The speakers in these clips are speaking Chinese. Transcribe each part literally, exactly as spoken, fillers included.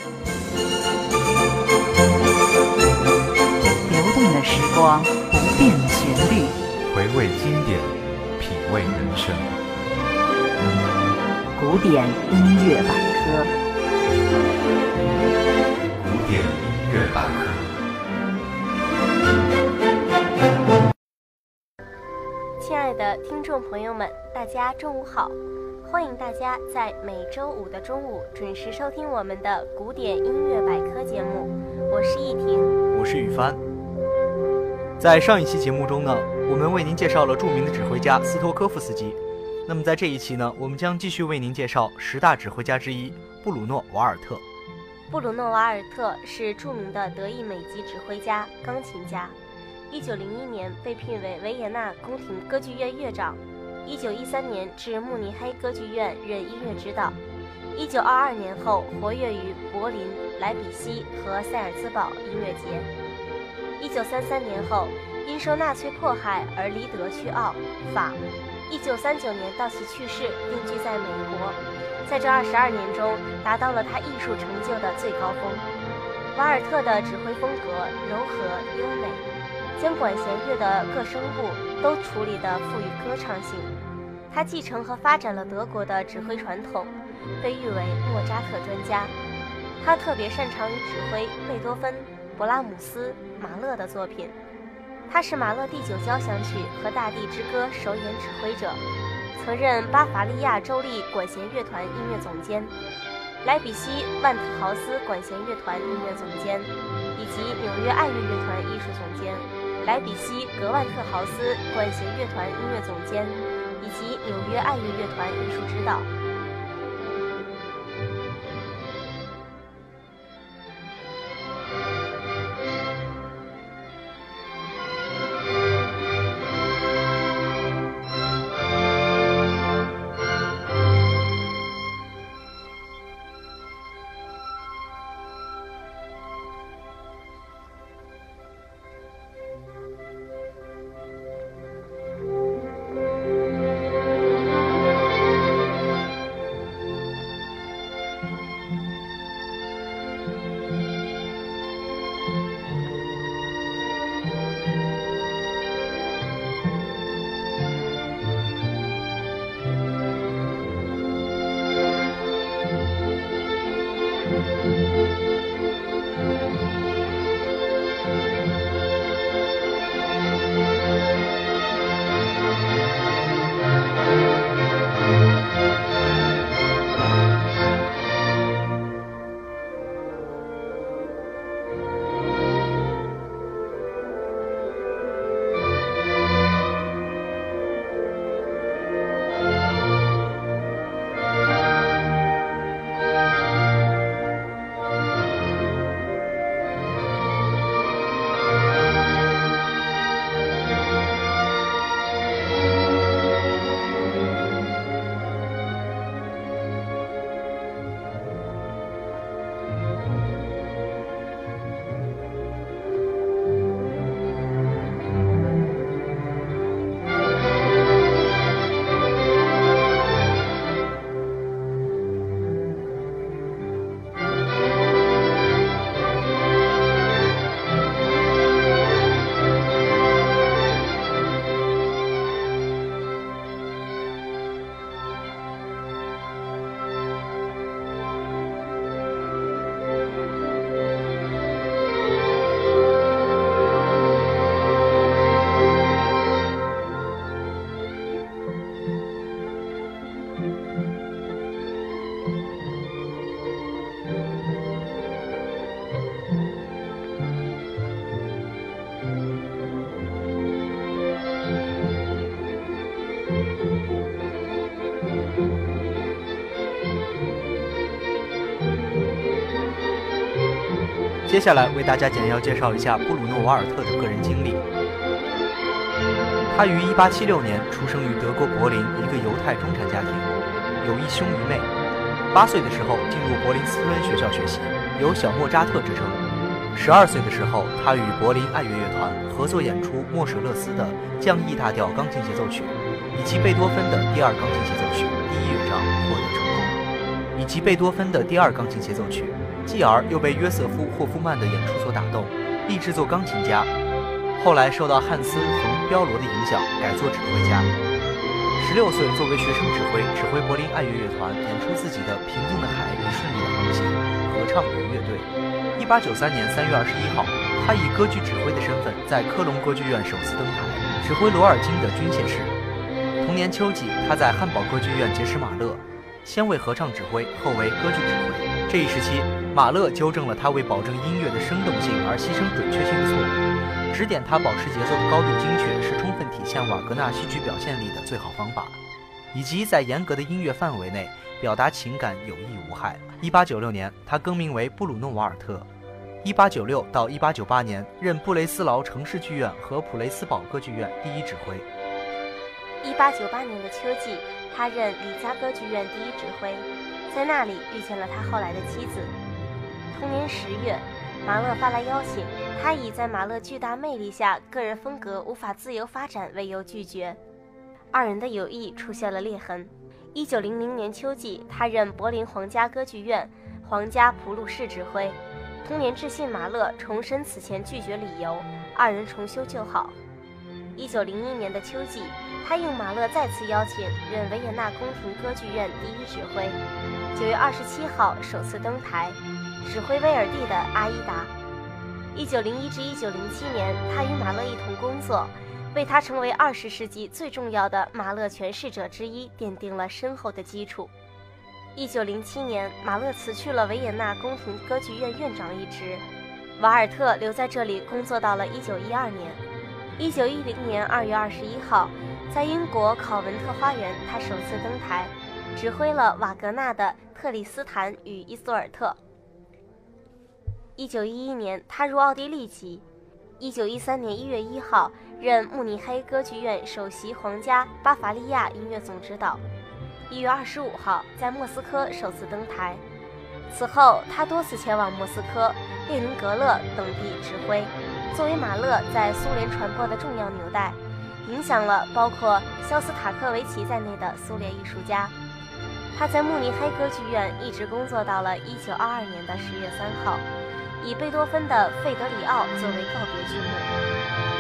流动的时光，不变的旋律， 回味经典，品味人生。 古典音乐百科。 古典音乐百科。 亲爱的听众朋友们，大家中午好！欢迎大家在每周五的中午准时收听我们的古典音乐百科节目。我是易婷， 我是雨帆。在上一期节目中呢，我们为您介绍了著名的指挥家斯托科夫斯基。那么在这一期呢，我们将继续为您介绍十大指挥家之一布鲁诺·瓦尔特。 布鲁诺·瓦尔特是著名的德意美籍指挥家、钢琴家。一九零一年被聘为维也纳宫廷歌剧院乐长，一九一三年至慕尼黑歌剧院任音乐指导，一九二二年后活跃于柏林、莱比锡和塞尔兹堡音乐节。一九三三年后因受纳粹迫害而离德去奥法，一九三九年到其去世定居在美国，在这二十二年中达到了他艺术成就的最高峰。瓦尔特的指挥风格柔和优美，将管弦乐的各声部都处理得富于歌唱性。他继承和发展了德国的指挥传统，被誉为莫扎特专家。他特别擅长于指挥贝多芬、勃拉姆斯、马勒的作品。他是马勒第九交响曲和大地之歌首演指挥者，曾任巴伐利亚州立管弦乐团音乐总监、莱比锡万特豪斯管弦乐团音乐总监，以及纽约爱乐乐团艺术总监、莱比锡格万特豪斯管弦乐团音乐总监，以及纽约爱乐乐团艺术指导。 接下来为大家简要介绍一下布鲁诺·瓦尔特的个人经历。他于一八七六年出生于德国柏林一个犹太中产家庭，有一兄一妹。八岁的时候进入柏林斯敦学校学习，有小莫扎特之称。十二岁的时候，他与柏林爱乐乐团合作演出莫舍勒斯的降 E 大调钢琴协奏曲，以及贝多芬的第二钢琴协奏曲第一乐章，获得成功。 以及贝多芬的第二钢琴协奏曲，继而又被约瑟夫·霍夫曼的演出所打动，立志做钢琴家。后来受到汉斯·冯·彪罗的影响，改做指挥家。十六岁作为学生指挥，指挥柏林爱乐乐团演出自己的《平静的海与顺利的航行》合唱与乐队。一八九三年三月二十一号，他以歌剧指挥的身份在科隆歌剧院首次登台，指挥罗尔金的军械士。同年秋季，他在汉堡歌剧院结识马勒，先为合唱指挥，后为歌剧指挥。这一时期，马勒纠正了他为保证音乐的生动性而牺牲准确性的错误，指点他保持节奏的高度精确是充分体现瓦格纳戏剧表现力的最好方法，以及在严格的音乐范围内表达情感有益无害。一八九六年，他更名为布鲁诺·瓦尔特。一八九六到一八九八年，任布雷斯劳城市剧院和普雷斯堡歌剧院第一指挥。 一八九八年的秋季，他任里加歌剧院第一指挥，在那里遇见了他后来的妻子。同年十月，马勒发来邀请，他以在马勒巨大魅力下个人风格无法自由发展为由拒绝，二人的友谊出现了裂痕。一九零零年秋季，他任柏林皇家歌剧院皇家普鲁士指挥。同年致信马勒，重申此前拒绝理由，二人重修旧好。一九零一年的秋季，他应马勒再次邀请，任维也纳宫廷歌剧院第一指挥。九月二十七号首次登台，指挥威尔第的《阿依达》。一九零一至一九零七年，他与马勒一同工作，为他成为二十世纪最重要的马勒诠释者之一奠定了深厚的基础。一九零七年，马勒辞去了维也纳宫廷歌剧院院长一职，瓦尔特留在这里工作到了一九一二年。一九一零年二月二十一号，在英国考文特花园，他首次登台，指挥了瓦格纳的《特里斯坦与伊索尔特》。一九一一年，他入奥地利籍。一九一三年一月一号，任慕尼黑歌剧院首席皇家巴伐利亚音乐总指导。一月二十五号，在莫斯科首次登台。此后，他多次前往莫斯科、列宁格勒等地指挥，作为马勒在苏联传播的重要纽带，影响了包括肖斯塔科维奇在内的苏联艺术家。他在慕尼黑歌剧院一直工作到了一九二二年的十月三号，以贝多芬的《费德里奥》作为告别剧目。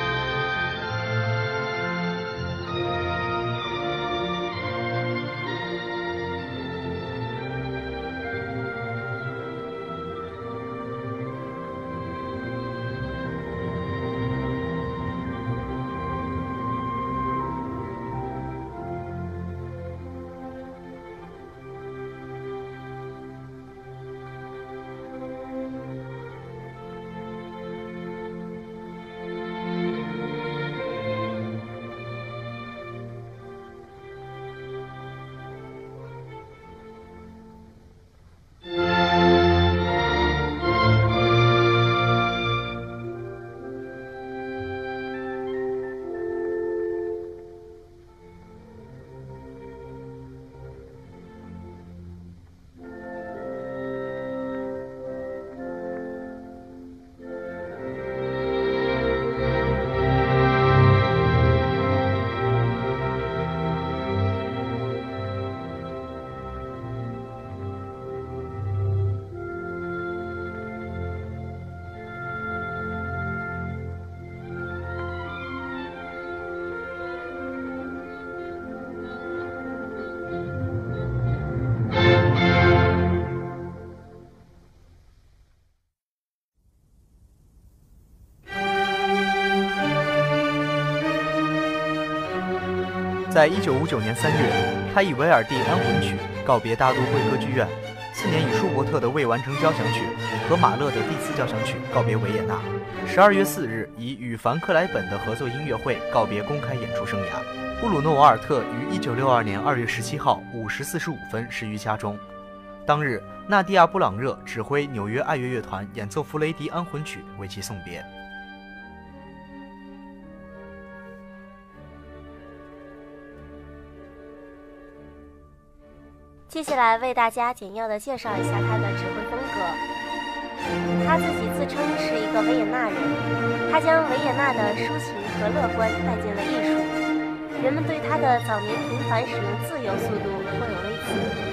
在一九五九年三月，他以维尔第《安魂曲》告别大都会歌剧院，次年以舒伯特的未完成交响曲和马勒的第四交响曲告别维也纳。十二月四日，以与凡克莱本的合作音乐会告别公开演出生涯。布鲁诺·瓦尔特于一九六二年二月十七号五时四十五分逝于家中。当日，纳迪亚·布朗热指挥纽约爱乐乐团演奏弗雷迪《安魂曲》为其送别。 接下来为大家简要地介绍一下他的指挥风格。他自己自称是一个维也纳人，他将维也纳的抒情和乐观带进了艺术。人们对他的早年频繁使用自由速度颇有微词。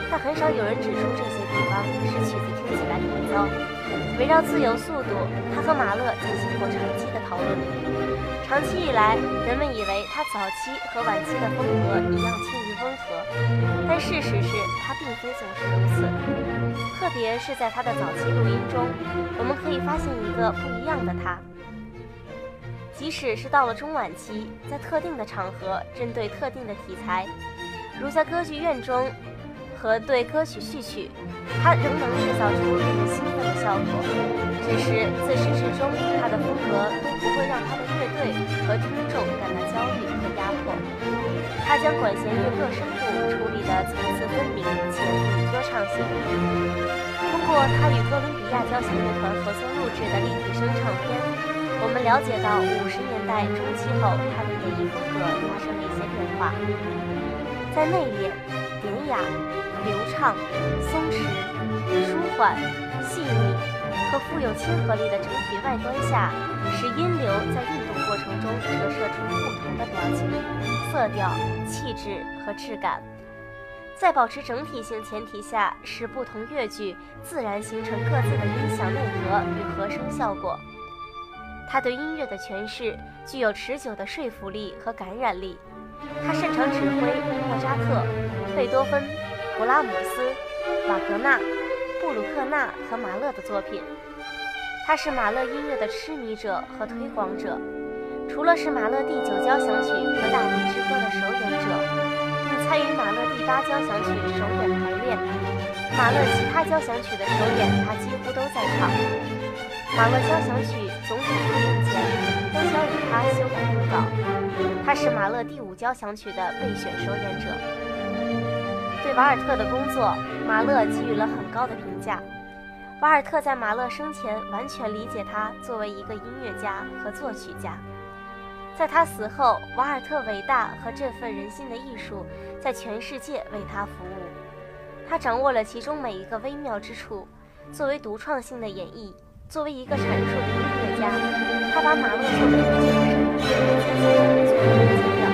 但很少有人指出这些地方使曲子听起来更糟。围绕自由速度，他和马勒进行过长期的讨论。长期以来，人们以为他早期和晚期的风格一样轻于温和，但事实是他并非总是如此。特别是在他的早期录音中，我们可以发现一个不一样的他。即使是到了中晚期，在特定的场合，针对特定的题材，如在歌剧院中和对歌曲序曲，他仍能制造出令人兴奋的效果。只是自始至终，他的风格都不会让他的乐队和听众感到焦虑和压迫。他将管弦乐各声部处理得层次分明且富于歌唱性。通过他与哥伦比亚交响乐团合作录制的立体声唱片，我们了解到五十年代中期后他的演绎风格发生了一些变化，在内敛、典雅、流畅、松弛、舒缓、细腻和富有亲和力的整体外观下，使音流在运动过程中折射出不同的表情、色调、气质和质感，在保持整体性前提下，使不同乐句自然形成各自的音响内核与和声效果。他对音乐的诠释具有持久的说服力和感染力。他擅长指挥莫扎特、贝多芬、勃拉姆斯、瓦格纳、布鲁克纳和马勒的作品。他是马勒音乐的痴迷者和推广者，除了是马勒第九交响曲和大地之歌的首演者，并参与马勒第八交响曲首演排练。马勒其他交响曲的首演，他几乎都在场。马勒交响曲总体排练前都交由他修改歌稿。他是马勒第五交响曲的备选首演者。对瓦尔特的工作，马勒给予了很高的评价。瓦尔特在马勒生前完全理解他作为一个音乐家和作曲家。在他死后，瓦尔特伟大和振奋人心的艺术在全世界为他服务。他掌握了其中每一个微妙之处。作为独创性的演绎，作为一个阐述的音乐家，他把马勒作品的精神和自己的作品基调。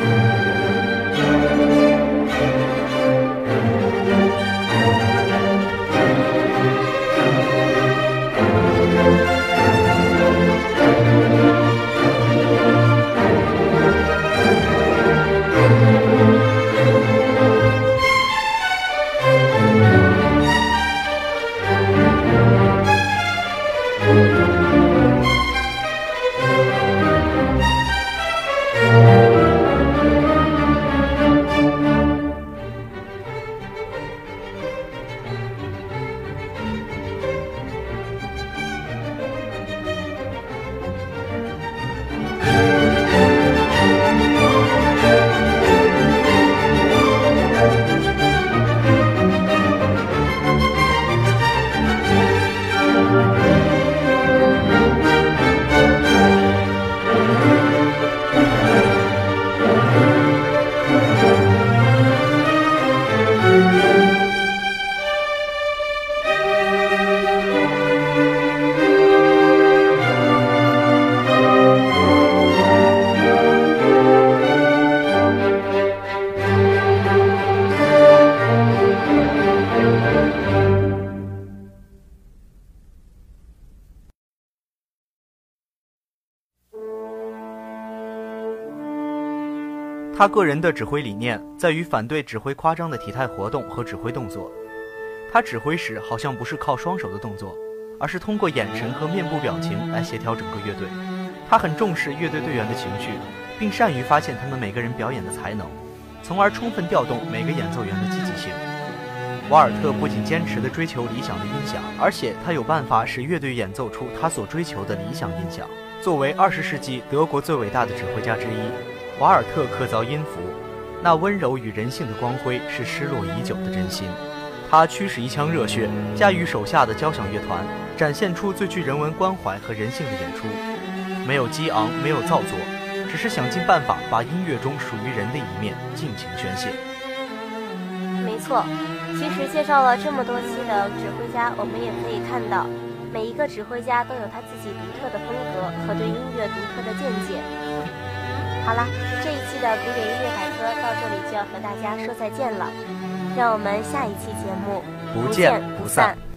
他个人的指挥理念在于反对指挥夸张的体态活动和指挥动作。他指挥时好像不是靠双手的动作，而是通过眼神和面部表情来协调整个乐队。他很重视乐队队员的情绪，并善于发现他们每个人表演的才能，从而充分调动每个演奏员的积极性。瓦尔特不仅坚持地追求理想的音响，而且他有办法使乐队演奏出他所追求的理想音响。作为二十世纪德国最伟大的指挥家之一，瓦尔特刻凿音符，那温柔与人性的光辉是失落已久的真心。他驱使一腔热血，驾驭手下的交响乐团，展现出最具人文关怀和人性的演出。没有激昂，没有造作，只是想尽办法把音乐中属于人的一面尽情宣泄。 没错，其实介绍了这么多期的指挥家，我们也可以看到，每一个指挥家都有他自己独特的风格和对音乐独特的见解。好啦，这一期的古典音乐百科到这里就要和大家说再见了。很让我们下一期节目不见不散。